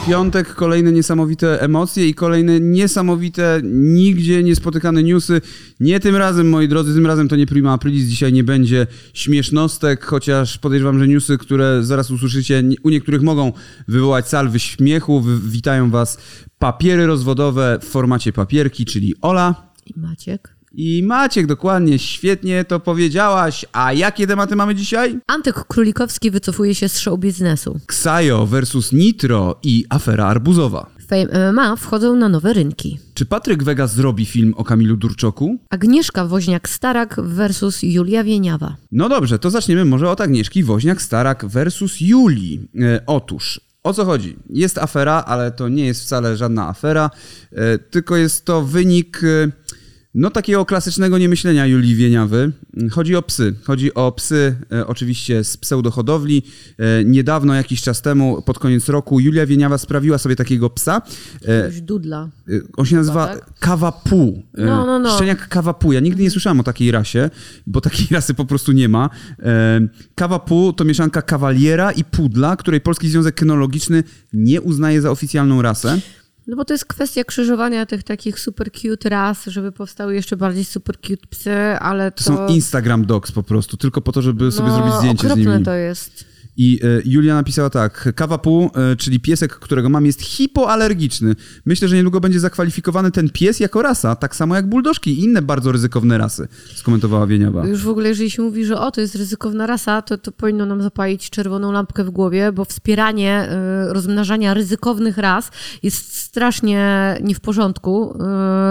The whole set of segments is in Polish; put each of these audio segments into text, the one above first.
piątek, kolejne niesamowite emocje i kolejne niesamowite, nigdzie niespotykane newsy. Nie tym razem, moi drodzy, tym razem to nie Prima Aprilis, dzisiaj nie będzie śmiesznostek, chociaż podejrzewam, że newsy, które zaraz usłyszycie, u niektórych mogą wywołać salwy śmiechu. Witają was papiery rozwodowe w formacie papierki, czyli Ola i Maciek. I Maciek, dokładnie, świetnie to powiedziałaś. A jakie tematy mamy dzisiaj? Antek Królikowski wycofuje się z show biznesu. Ksajo versus Nitro i afera arbuzowa. Fame MMA wchodzą na nowe rynki. Czy Patryk Wega zrobi film o Kamilu Durczoku? Agnieszka Woźniak-Starak versus Julia Wieniawa. No dobrze, to zaczniemy może od Agnieszki Woźniak-Starak versus Julii. Otóż, o co chodzi? Jest afera, ale to nie jest wcale żadna afera, tylko jest to wynik takiego klasycznego niemyślenia Julii Wieniawy. Chodzi o psy oczywiście z pseudohodowli. Niedawno, jakiś czas temu, pod koniec roku, Julia Wieniawa sprawiła sobie takiego psa. Dudla. On się nazywa tak? Kawapu. No. Szczeniak Kawapu. Ja nigdy nie słyszałem o takiej rasie, bo takiej rasy po prostu nie ma. Kawapu to mieszanka kawaliera i pudla, której Polski Związek Kynologiczny nie uznaje za oficjalną rasę. No bo to jest kwestia krzyżowania tych takich super cute ras, żeby powstały jeszcze bardziej super cute psy, ale to... To są Instagram dogs po prostu, tylko po to, żeby sobie zrobić zdjęcie z nimi. Okropne to jest. I Julia napisała tak: Kawapu, czyli piesek, którego mam, jest hipoalergiczny. Myślę, że niedługo będzie zakwalifikowany ten pies jako rasa, tak samo jak buldożki i inne bardzo ryzykowne rasy, skomentowała Wieniawa. Już w ogóle, jeżeli się mówi, że to jest ryzykowna rasa, to powinno nam zapalić czerwoną lampkę w głowie, bo wspieranie rozmnażania ryzykownych ras jest strasznie nie w porządku,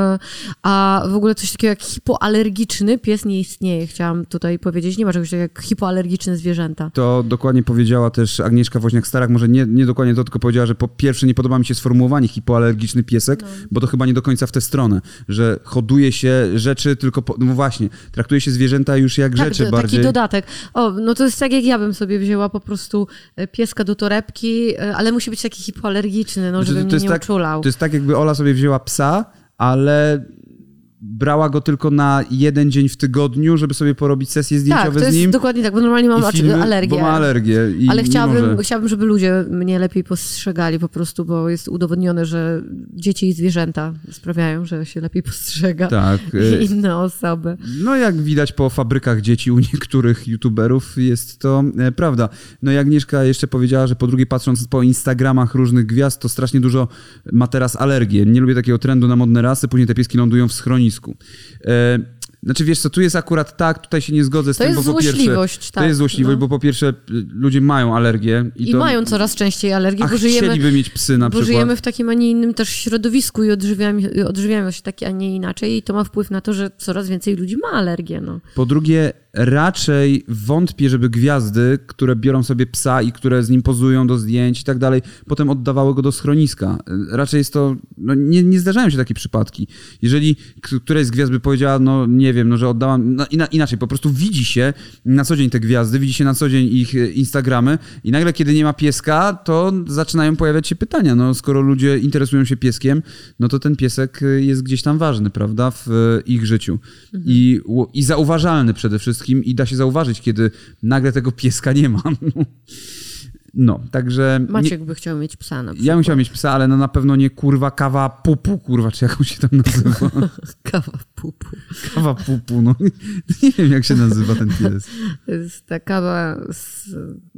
a w ogóle coś takiego jak hipoalergiczny pies nie istnieje, chciałam tutaj powiedzieć. Nie ma czegoś takiego jak hipoalergiczne zwierzęta. To dokładnie powiedziała też Agnieszka Woźniak-Starak, może nie dokładnie to, tylko powiedziała, że po pierwsze nie podoba mi się sformułowanie hipoalergiczny piesek, bo to chyba nie do końca w tę stronę, że hoduje się rzeczy tylko, no właśnie, traktuje się zwierzęta już jak rzeczy bardziej. Taki dodatek. To jest tak, jak ja bym sobie wzięła po prostu pieska do torebki, ale musi być taki hipoalergiczny, żeby mnie nie uczulał. To jest tak, jakby Ola sobie wzięła psa, ale brała go tylko na jeden dzień w tygodniu, żeby sobie porobić sesje zdjęciowe z nim. Tak, to jest dokładnie tak, bo normalnie mam alergię. Bo ma alergię. Ale chciałabym, żeby ludzie mnie lepiej postrzegali po prostu, bo jest udowodnione, że dzieci i zwierzęta sprawiają, że się lepiej postrzega inne osoby. No jak widać po fabrykach dzieci u niektórych youtuberów jest to prawda. No i Agnieszka jeszcze powiedziała, że po drugie, patrząc po Instagramach różnych gwiazd, to strasznie dużo ma teraz alergię. Nie lubię takiego trendu na modne rasy, później te pieski lądują w schronisku. Znaczy wiesz co, tu jest akurat tak, tutaj się nie zgodzę z tym, bo po pierwsze... To jest złośliwość, bo po pierwsze ludzie mają alergię. I mają coraz częściej alergię, bo chcieliby mieć psy na przykład. Bo żyjemy w takim, a nie innym też środowisku i odżywiamy się tak, a nie inaczej i to ma wpływ na to, że coraz więcej ludzi ma alergię. Po drugie, raczej wątpię, żeby gwiazdy, które biorą sobie psa i które z nim pozują do zdjęć i tak dalej, potem oddawały go do schroniska. Raczej jest to... nie zdarzają się takie przypadki. Jeżeli któraś z gwiazd by powiedziała, nie wiem, że oddałam... Inaczej, po prostu widzi się na co dzień te gwiazdy, widzi się na co dzień ich Instagramy i nagle, kiedy nie ma pieska, to zaczynają pojawiać się pytania. Skoro ludzie interesują się pieskiem, to ten piesek jest gdzieś tam ważny, prawda, w ich życiu. I zauważalny przede wszystkim. I da się zauważyć, kiedy nagle tego pieska nie ma. Także... Maciek by chciał mieć psa na przykład. Ja bym chciał mieć psa, ale na pewno nie kawa pupu, czy jak on się tam nazywa. Kawa pupu. Kawa pupu, nie wiem jak się nazywa ten pies. To jest ta kawa z...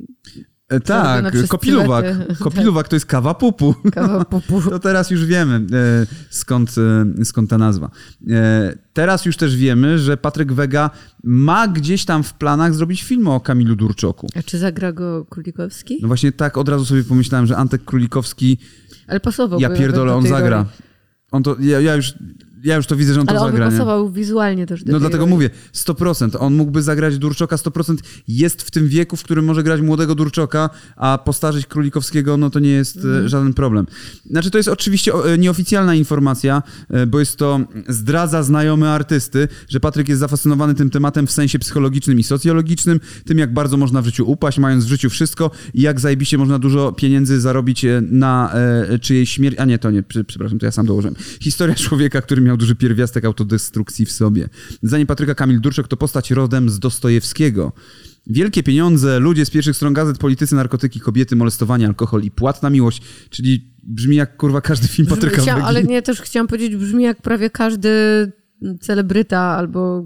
Tak, kopiluwak. Kopiluwak to jest kawa pupu. Kawa pupu. To teraz już wiemy, skąd ta nazwa. Teraz już też wiemy, że Patryk Wega ma gdzieś tam w planach zrobić film o Kamilu Durczoku. A czy zagra go Królikowski? No właśnie tak, od razu sobie pomyślałem, że Antek Królikowski... Ale pasował. Ja pierdolę, on zagra. On to, ja już to widzę, że on to zagra. Ale on by pasował wizualnie też do dlatego mówię, 100%. On mógłby zagrać Durczoka, 100%. Jest w tym wieku, w którym może grać młodego Durczoka, a postarzyć Królikowskiego, to nie jest żaden problem. Znaczy, to jest oczywiście nieoficjalna informacja, bo jest to zdradza znajomy artysty, że Patryk jest zafascynowany tym tematem w sensie psychologicznym i socjologicznym, tym jak bardzo można w życiu upaść, mając w życiu wszystko i jak zajebiście można dużo pieniędzy zarobić na czyjejś śmierci. A nie, przepraszam, to ja sam dołożyłem. Historia człowieka, który miał duży pierwiastek autodestrukcji w sobie. Zdaniem Patryka, Kamil Durczok to postać rodem z Dostojewskiego. Wielkie pieniądze, ludzie z pierwszych stron gazet, politycy, narkotyki, kobiety, molestowanie, alkohol i płatna miłość, czyli brzmi jak kurwa każdy film Patryka Wegi. Ale nie, też chciałam powiedzieć, brzmi jak prawie każdy celebryta albo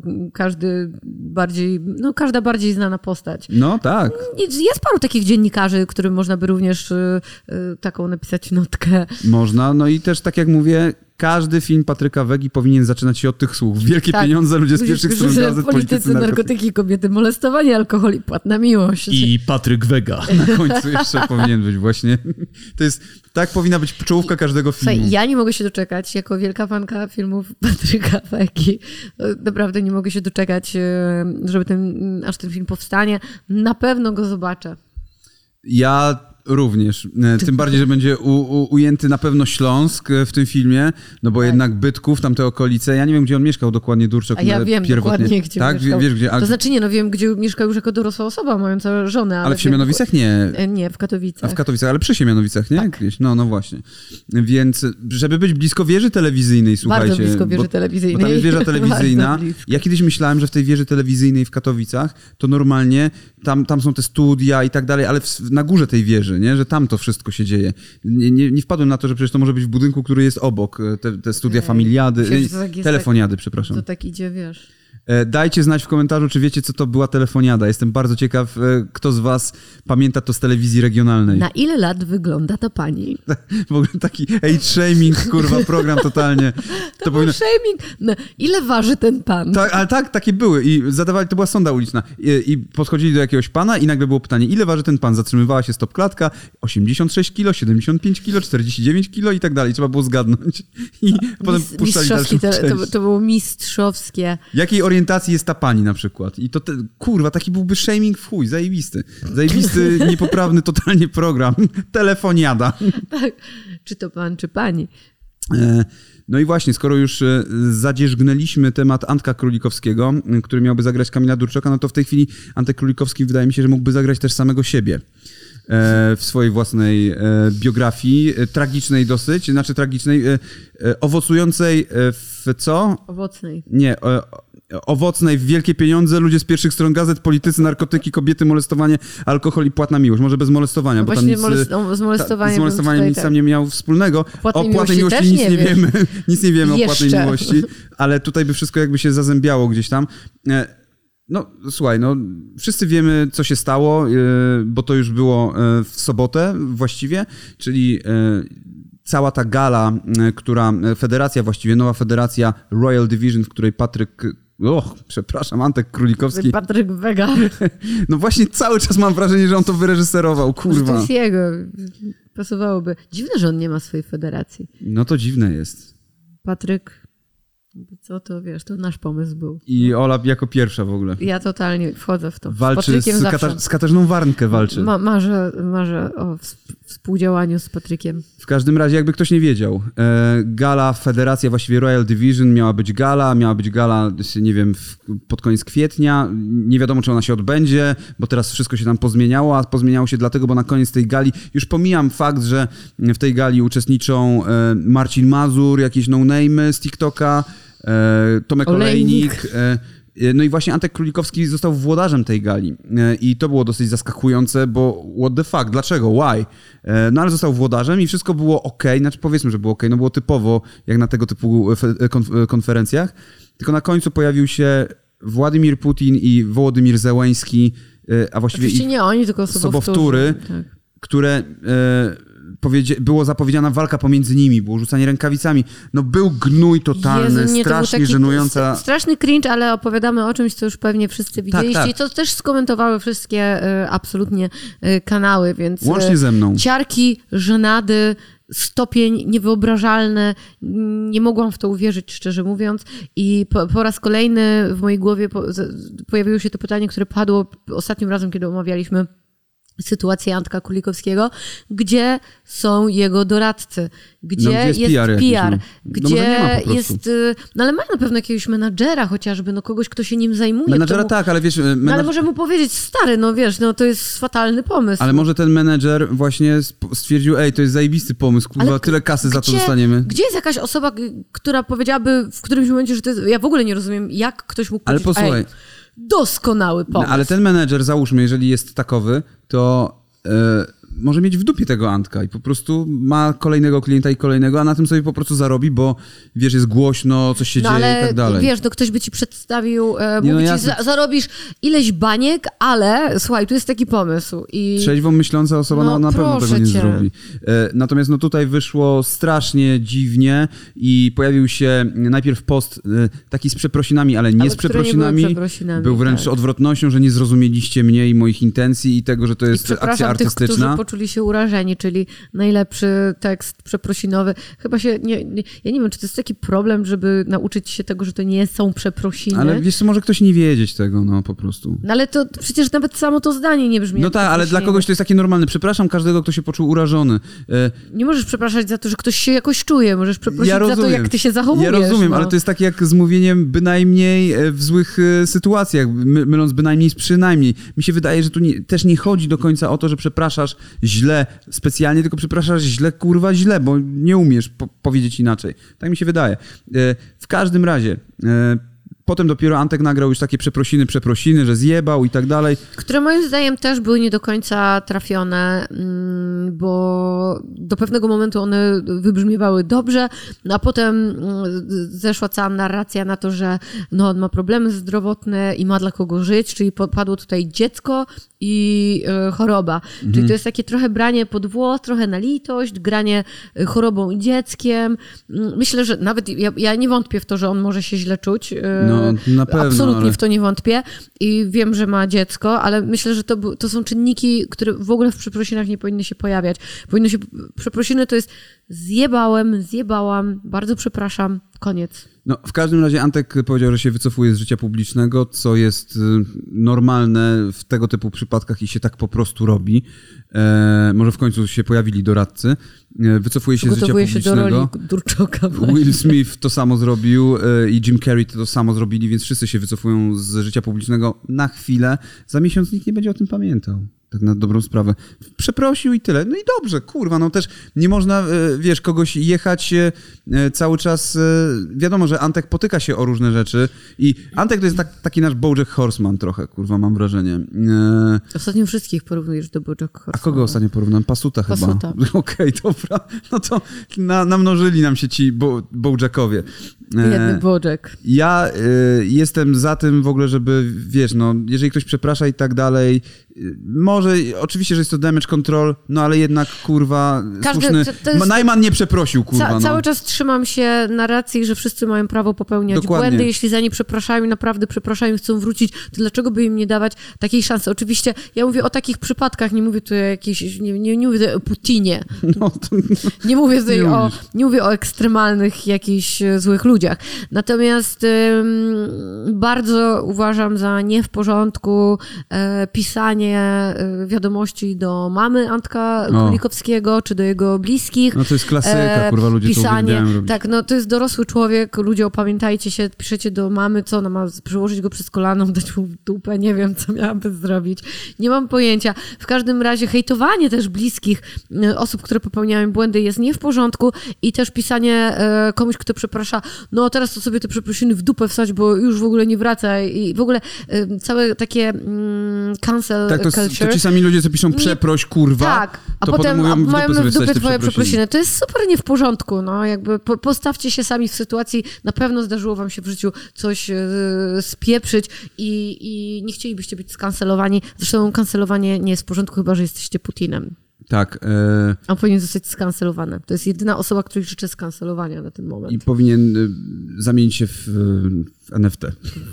każda bardziej znana postać. No tak. Jest paru takich dziennikarzy, którym można by również taką napisać notkę. Można, no i też tak jak mówię, każdy film Patryka Wegi powinien zaczynać się od tych słów. Wielkie pieniądze, ludzie z pierwszych stron gazet, politycy, narkotyki, kobiety, molestowanie, alkohol i płatna miłość. I Patryk Wega. Na końcu jeszcze powinien być właśnie. To jest, tak powinna być czołówka każdego filmu. Słuchaj, ja nie mogę się doczekać, jako wielka fanka filmów Patryka Wegi. Naprawdę nie mogę się doczekać, żeby aż ten film powstanie. Na pewno go zobaczę. Ja również. Tym bardziej, że będzie ujęty na pewno Śląsk w tym filmie, no bo jednak Bytków, tamte okolice. Ja nie wiem, gdzie on mieszkał dokładnie, Durczok. A ja wiem dokładnie, gdzie mieszkał. Wiesz, gdzie, to znaczy nie, wiem, gdzie mieszkał już jako dorosła osoba, mająca żonę. Ale w Siemianowicach nie. Nie, w Katowicach. A w Katowicach, ale przy Siemianowicach, nie? Tak. No właśnie. Więc, żeby być blisko wieży telewizyjnej, słuchajcie. Bardzo blisko wieży telewizyjnej. Bo tam jest wieża telewizyjna. Ja kiedyś myślałem, że w tej wieży telewizyjnej w Katowicach to normalnie, tam są te studia i tak dalej, ale na górze tej wieży, nie? Że tam to wszystko się dzieje. Nie wpadłem na to, że przecież to może być w budynku, który jest obok. Te studia familiady, telefoniady, przepraszam. To tak idzie, wiesz. Dajcie znać w komentarzu, czy wiecie, co to była telefoniada. Jestem bardzo ciekaw, kto z was pamięta to z telewizji regionalnej. Na ile lat wygląda ta pani? W ogóle taki age-shaming, kurwa, program totalnie. To był shaming. No, ile waży ten pan? Tak, ale takie były i zadawali, to była sonda uliczna i podchodzili do jakiegoś pana i nagle było pytanie, ile waży ten pan? Zatrzymywała się stopklatka, 86 kilo, 75 kilo, 49 kilo i tak dalej. Trzeba było zgadnąć. I potem puszczali dalszą część. To było mistrzowskie. Jakiej orientacji jest ta pani na przykład? I to, kurwa, taki byłby shaming w chuj, zajebisty. Zajebisty, niepoprawny totalnie program. Telefoniada. Tak. Czy to pan, czy pani? No i właśnie, skoro już zadzierzgnęliśmy temat Antka Królikowskiego, który miałby zagrać Kamila Durczoka, no to w tej chwili Antek Królikowski wydaje mi się, że mógłby zagrać też samego siebie w swojej własnej biografii, tragicznej dosyć, znaczy tragicznej, owocującej w co? Owocnej. Nie, owocnej w wielkie pieniądze, ludzie z pierwszych stron gazet, politycy, narkotyki, kobiety, molestowanie, alkohol i płatna miłość. Może bez molestowania, no bo tam nic, z molestowaniem nic tam nie miał wspólnego. O płatnej miłości nic nie wiemy. Nic nie wiemy o płatnej miłości, ale tutaj by wszystko jakby się zazębiało gdzieś tam. No słuchaj, wszyscy wiemy, co się stało, bo to już było w sobotę właściwie, czyli cała ta gala, federacja właściwie, nowa federacja Royal Division, w której Antek Królikowski. Patryk Wega. No właśnie cały czas mam wrażenie, że on to wyreżyserował, kurwa. Może to jest jego, pasowałoby. Dziwne, że on nie ma swojej federacji. No to dziwne jest. Patryk, co to, wiesz, to nasz pomysł był. I Ola jako pierwsza w ogóle. Ja totalnie wchodzę w to. Walczy z Katarzyną Warnkę walczy. Marzę o współdziałaniu z Patrykiem. W każdym razie, jakby ktoś nie wiedział, gala federacja, właściwie Royal Division miała być gala, nie wiem, pod koniec kwietnia. Nie wiadomo, czy ona się odbędzie, bo teraz wszystko się tam pozmieniało, a pozmieniało się dlatego, bo na koniec tej gali, już pomijam fakt, że w tej gali uczestniczą Marcin Mazur, jakieś no-name'y z TikToka, Tomek Olejnik. No i właśnie Antek Królikowski został włodarzem tej gali i to było dosyć zaskakujące, bo what the fuck, dlaczego, why? No ale został włodarzem i wszystko było okej, znaczy powiedzmy, że było okej, no było typowo jak na tego typu konferencjach, tylko na końcu pojawił się Władimir Putin i Wołodymir Zełenski, a właściwie oczywiście nie oni, tylko sobowtóry, tak. Które... było zapowiedziana walka pomiędzy nimi, było rzucanie rękawicami. No był gnój totalny, Jezu, strasznie żenująca. Straszny cringe, ale opowiadamy o czymś, co już pewnie wszyscy widzieliście tak. I co też skomentowały wszystkie absolutnie kanały, więc... Łącznie ze mną. Ciarki, żenady, stopień niewyobrażalny. Nie mogłam w to uwierzyć, szczerze mówiąc. I po raz kolejny w mojej głowie pojawiło się to pytanie, które padło ostatnim razem, kiedy omawialiśmy sytuację Antka Królikowskiego, gdzie są jego doradcy, gdzie jest PR, gdzie jest... No ale mają na pewno jakiegoś menadżera chociażby, kogoś, kto się nim zajmuje. Menadżera tak, ale wiesz... No ale może mu powiedzieć, stary, to jest fatalny pomysł. Ale może ten menedżer właśnie stwierdził, to jest zajebisty pomysł, kurwa, tyle kasy za to dostaniemy. Gdzie jest jakaś osoba, która powiedziałaby w którymś momencie, że to jest... Ja w ogóle nie rozumiem, jak ktoś mógł powiedzieć, ale posłuchaj, doskonały pomysł. No, ale ten menedżer, załóżmy, jeżeli jest takowy, to może mieć w dupie tego Antka i po prostu ma kolejnego klienta i kolejnego, a na tym sobie po prostu zarobi, bo wiesz, jest głośno, coś się dzieje ale i tak dalej. Wiesz, ktoś by ci przedstawił, Nie, mówi ci, zarobisz ileś baniek, ale słuchaj, tu jest taki pomysł. I... Trzeźwo myśląca osoba na pewno tego nie zrobi. Natomiast no tutaj wyszło strasznie dziwnie i pojawił się najpierw post taki z przeprosinami, ale nie z przeprosinami. Był wręcz odwrotnością, że nie zrozumieliście mnie i moich intencji i tego, że to jest akcja artystyczna. Tych, poczuli się urażeni, czyli najlepszy tekst przeprosinowy. Chyba się, ja nie wiem, czy to jest taki problem, żeby nauczyć się tego, że to nie są przeprosiny. Ale wiesz co, może ktoś nie wiedzieć tego, no po prostu. No ale to przecież nawet samo to zdanie nie brzmi. No tak, ale dla kogoś to jest takie normalne. Przepraszam każdego, kto się poczuł urażony. Nie możesz przepraszać za to, że ktoś się jakoś czuje, możesz przeprosić za to, jak ty się zachowujesz. Ja rozumiem, no. Ale to jest tak jak z mówieniem bynajmniej w złych sytuacjach, myląc bynajmniej z przynajmniej. Mi się wydaje, że tu też nie chodzi do końca o to, że przepraszasz źle specjalnie, tylko przepraszasz źle, kurwa źle, bo nie umiesz powiedzieć inaczej. Tak mi się wydaje. W każdym razie, potem dopiero Antek nagrał już takie przeprosiny, że zjebał i tak dalej. Które moim zdaniem też były nie do końca trafione, bo do pewnego momentu one wybrzmiewały dobrze, a potem zeszła cała narracja na to, że no, on ma problemy zdrowotne i ma dla kogo żyć, czyli padło tutaj dziecko i choroba. Czyli to jest takie trochę branie pod włos, trochę na litość, granie chorobą i dzieckiem. Myślę, że nawet ja nie wątpię w to, że on może się źle czuć. No, na pewno, absolutnie w to nie wątpię i wiem, że ma dziecko, ale myślę, że to są czynniki, które w ogóle w przeprosinach nie powinny się pojawiać. Przeprosiny to jest zjebałam, bardzo przepraszam, koniec. No, w każdym razie Antek powiedział, że się wycofuje z życia publicznego, co jest normalne w tego typu przypadkach i się tak po prostu robi. Może w końcu się pojawili doradcy. Wycofuje się z życia publicznego. Do roli Durczoka. Will Smith to samo zrobił i Jim Carrey to samo zrobili, więc wszyscy się wycofują z życia publicznego na chwilę. Za miesiąc nikt nie będzie o tym pamiętał. Tak na dobrą sprawę. Przeprosił i tyle. No i dobrze, kurwa, no też nie można, wiesz, kogoś jechać cały czas. Wiadomo, że Antek potyka się o różne rzeczy i Antek to jest taki nasz BoJack Horseman trochę, kurwa, mam wrażenie. Ostatnio wszystkich porównujesz do BoJack Horseman. A kogo ostatnio porównałem? Pasuta chyba. Okej, dobra. No to namnożyli nam się ci BoJackowie. Biedny BoJack. Ja jestem za tym w ogóle, żeby, wiesz, no, jeżeli ktoś przeprasza i tak dalej, może, oczywiście, że jest to damage control, no ale jednak, kurwa, słuszny... Najman nie przeprosił, kurwa. Cały czas trzymam się narracji, że wszyscy mają prawo popełniać błędy. Jeśli za nie przepraszają i naprawdę przepraszają i chcą wrócić, to dlaczego by im nie dawać takiej szansy? Oczywiście ja mówię o takich przypadkach, nie mówię tu o jakiejś, nie mówię tutaj o Putinie. No, to... Nie mówię tutaj nie mówię o ekstremalnych jakichś złych ludziach. Natomiast bardzo uważam za nie w porządku pisanie wiadomości do mamy Antka Królikowskiego, czy do jego bliskich. No to jest klasyka, kurwa, ludzie pisanie, to robić. Tak, no to jest dorosły człowiek, ludzie opamiętajcie się, piszecie do mamy, co ona ma przyłożyć go przez kolano, dać mu w dupę, nie wiem, co miałaby zrobić. Nie mam pojęcia. W każdym razie hejtowanie też bliskich osób, które popełniają błędy jest nie w porządku i też pisanie komuś, kto przeprasza, no teraz to sobie te przeprosiny w dupę wsadź, bo już w ogóle nie wracaj i w ogóle całe takie cancel tak, culture. To ci sami ludzie, co piszą przeproś, kurwa, tak, a to potem mówią, mamy w dupie twoje przeprosiny. To jest super nie w porządku, no jakby postawcie się sami w sytuacji, na pewno zdarzyło wam się w życiu coś spieprzyć i nie chcielibyście być skancelowani. Zresztą kancelowanie nie jest w porządku, chyba że jesteście Putinem. Tak. On powinien zostać skancelowany. To jest jedyna osoba, której życzę skancelowania na ten moment. I powinien zamienić się w NFT.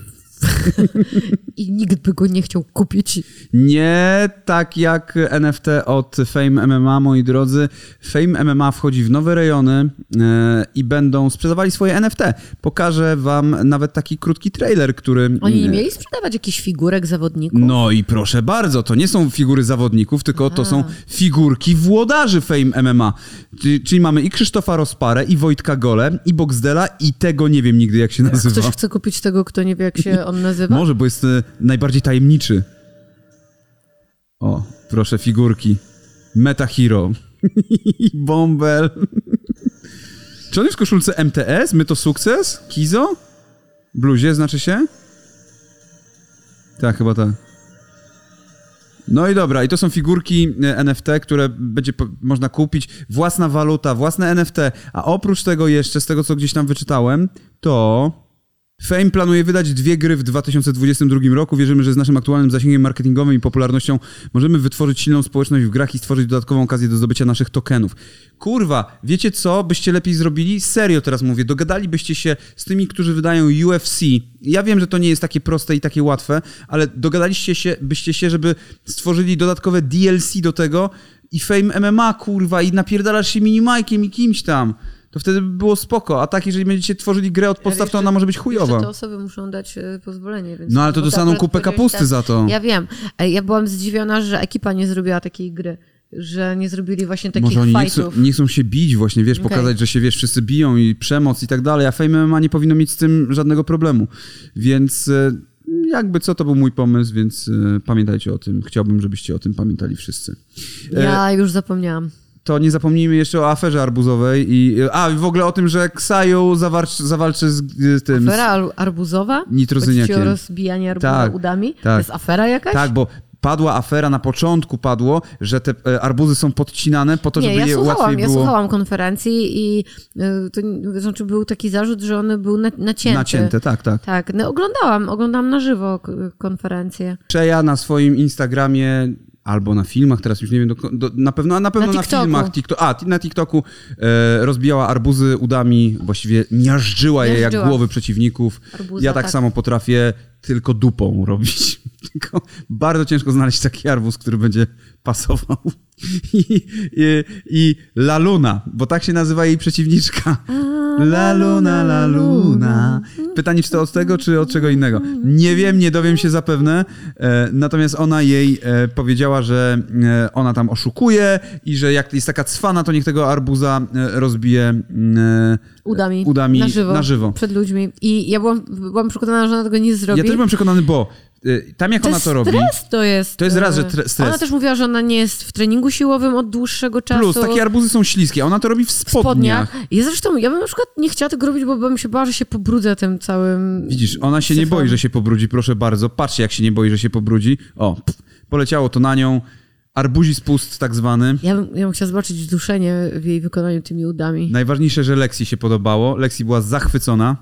I nikt by go nie chciał kupić. Nie tak jak NFT od Fame MMA, moi drodzy. Fame MMA wchodzi w nowe rejony i będą sprzedawali swoje NFT. Pokażę wam nawet taki krótki trailer, który... Oni nie mieli sprzedawać jakichś figurek zawodników? No i proszę bardzo, to nie są figury zawodników, tylko to są figurki włodarzy Fame MMA. Czyli mamy i Krzysztofa Rozparę, i Wojtka Golę, i Boxdela, i tego nie wiem nigdy, jak się nazywa. Ktoś chce kupić tego, kto nie wie, jak się on nazywa? Może, bo jest najbardziej tajemniczy. O, proszę, figurki. Meta Hero. Bąbel. Czy on jest w koszulce MTS? My to sukces? Kizo? Bluzie znaczy się? Tak, chyba tak. No i dobra, i to są figurki NFT, które będzie można kupić, własna waluta, własne NFT, a oprócz tego jeszcze, z tego co gdzieś tam wyczytałem, to Fame planuje wydać 2 gry w 2022 roku. Wierzymy, że z naszym aktualnym zasięgiem marketingowym i popularnością możemy wytworzyć silną społeczność w grach i stworzyć dodatkową okazję do zdobycia naszych tokenów. Kurwa, wiecie co byście lepiej zrobili? Serio teraz mówię, dogadalibyście się z tymi, którzy wydają UFC. Ja wiem, że to nie jest takie proste i takie łatwe, ale byście się, żeby stworzyli dodatkowe DLC do tego i Fame MMA, kurwa, i napierdalasz się minimajkiem i kimś tam. To wtedy by było spoko, a tak jeżeli będziecie tworzyli grę od podstaw, to ona może być chujowa. Te osoby muszą dać pozwolenie. Więc no ale to dostaną kupę kapusty za to. Ja wiem. Ja byłam zdziwiona, że ekipa nie zrobiła takiej gry. Że nie zrobili właśnie takich fightów. Może oni nie chcą się bić właśnie, wiesz, pokazać, że się, wiesz, wszyscy biją i przemoc i tak dalej, a Fame MMA nie powinno mieć z tym żadnego problemu. Więc jakby co, to był mój pomysł, więc pamiętajcie o tym. Chciałbym, żebyście o tym pamiętali wszyscy. Ja już zapomniałam. To nie zapomnijmy jeszcze o aferze arbuzowej i w ogóle o tym, że Ksajo zawalczy z tym... Afera arbuzowa? Nitrozyniakiem. Chodzi ci o rozbijanie arbuza udami? Tak. To jest afera jakaś? Tak, bo padła afera, na początku padło, że te arbuzy są podcinane po to, żeby je łatwiej było... Ja słuchałam konferencji i to znaczy był taki zarzut, że one były nacięte. Nacięte, tak. Tak, no oglądałam na żywo konferencję. Przeja na swoim Instagramie albo na filmach, teraz już nie wiem, na pewno na filmach, na TikToku rozbijała arbuzy udami, właściwie miażdżyła je jak głowy przeciwników. Arbuza, ja tak samo potrafię tylko dupą robić. Tylko bardzo ciężko znaleźć taki arbuz, który będzie pasował. I La Luna, bo tak się nazywa jej przeciwniczka. La Luna. Pytanie, czy to od tego, czy od czego innego? Nie wiem, nie dowiem się zapewne. Natomiast ona jej powiedziała, że ona tam oszukuje i że jak jest taka cwana, to niech tego arbuza rozbije udami na żywo. Przed ludźmi. I ja byłam przekonana, że ona tego nie zrobi. Ja też byłem przekonany, bo tam jak ona to robi... To jest raz, że stres. Ona też mówiła, że ona nie jest w treningu siłowym od dłuższego czasu. Plus, takie arbuzy są śliskie, a ona to robi w spodniach. I zresztą ja bym na przykład nie chciała tego robić, bo bym się bała, że się pobrudzę tym całym... Widzisz, ona się nie boi, że się pobrudzi, proszę bardzo. Patrzcie, jak się nie boi, że się pobrudzi. Poleciało to na nią. Arbuzis tak zwany. Ja bym chciała zobaczyć duszenie w jej wykonaniu tymi udami. Najważniejsze, że Lexi się podobało. Lexi była zachwycona.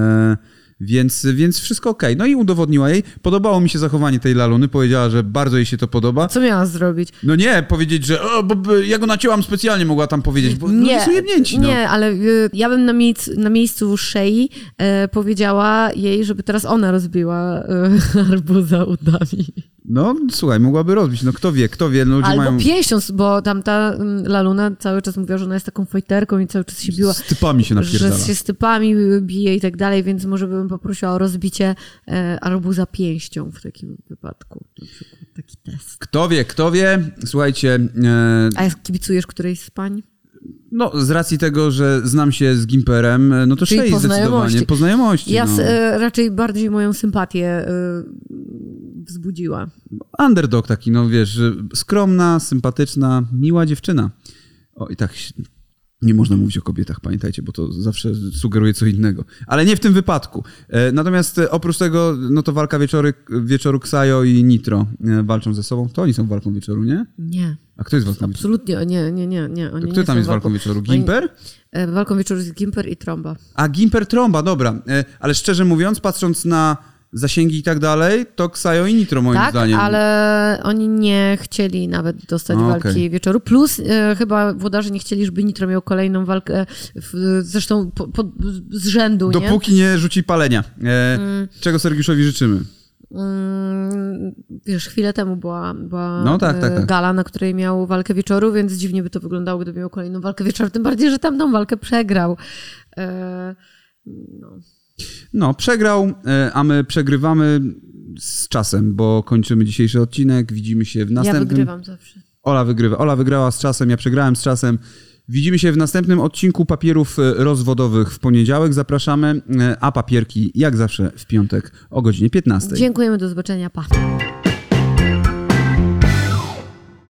Więc wszystko okej. No i udowodniła jej. Podobało mi się zachowanie tej Laluny. Powiedziała, że bardzo jej się to podoba. Co miała zrobić? No nie, powiedzieć, że bo ja go nacięłam specjalnie, mogła tam powiedzieć, bo nie są jebnięci. Nie, ale ja bym na miejscu Shei powiedziała jej, żeby teraz ona rozbiła arbuza udami. No, słuchaj, mogłaby rozbić. No kto wie. No, ludzie albo pięścią, bo tamta Laluna cały czas mówiła, że ona jest taką fajterką i cały czas się biła. Z typami się napierdala. Że się z typami bije i tak dalej, więc może bym poprosiła o rozbicie arbuza pięścią w takim wypadku. Na przykład taki test. Kto wie. Słuchajcie... A kibicujesz którejś z pań? No, z racji tego, że znam się z Gimperem, no to Shea zdecydowanie. Po znajomości. Ja raczej bardziej moją sympatię wzbudziła. Underdog taki, no wiesz, skromna, sympatyczna, miła dziewczyna. O, i tak nie można mówić o kobietach, pamiętajcie, bo to zawsze sugeruje co innego. Ale nie w tym wypadku. Natomiast oprócz tego, no to walka wieczoru Ksajo i Nitro walczą ze sobą. To oni są walką wieczoru, nie? Nie. A kto jest walką wieczoru? Absolutnie, nie. Oni kto tam jest walką wieczoru? Gimper? Walką wieczoru jest Gimper i Tromba. A Gimper, Tromba, dobra. Ale szczerze mówiąc, patrząc na zasięgi i tak dalej, to Ksajo i Nitro moim zdaniem. Tak, ale oni nie chcieli nawet dostać walki wieczoru. Plus chyba włodarze nie chcieli, żeby Nitro miał kolejną walkę, zresztą z rzędu. Dopóki nie rzuci palenia. Czego Sergiuszowi życzymy? Wiesz, chwilę temu była no, tak. gala, na której miał walkę wieczoru, więc dziwnie by to wyglądało, gdyby miał kolejną walkę wieczoru. Tym bardziej, że tamtą walkę przegrał. No, przegrał, a my przegrywamy z czasem, bo kończymy dzisiejszy odcinek. Widzimy się w następnym... Ja wygrywam zawsze. Ola wygrywa. Ola wygrała z czasem, ja przegrałem z czasem. Widzimy się w następnym odcinku Papierów Rozwodowych w poniedziałek. Zapraszamy, a papierki jak zawsze w piątek o godzinie 15. Dziękujemy, do zobaczenia, pa.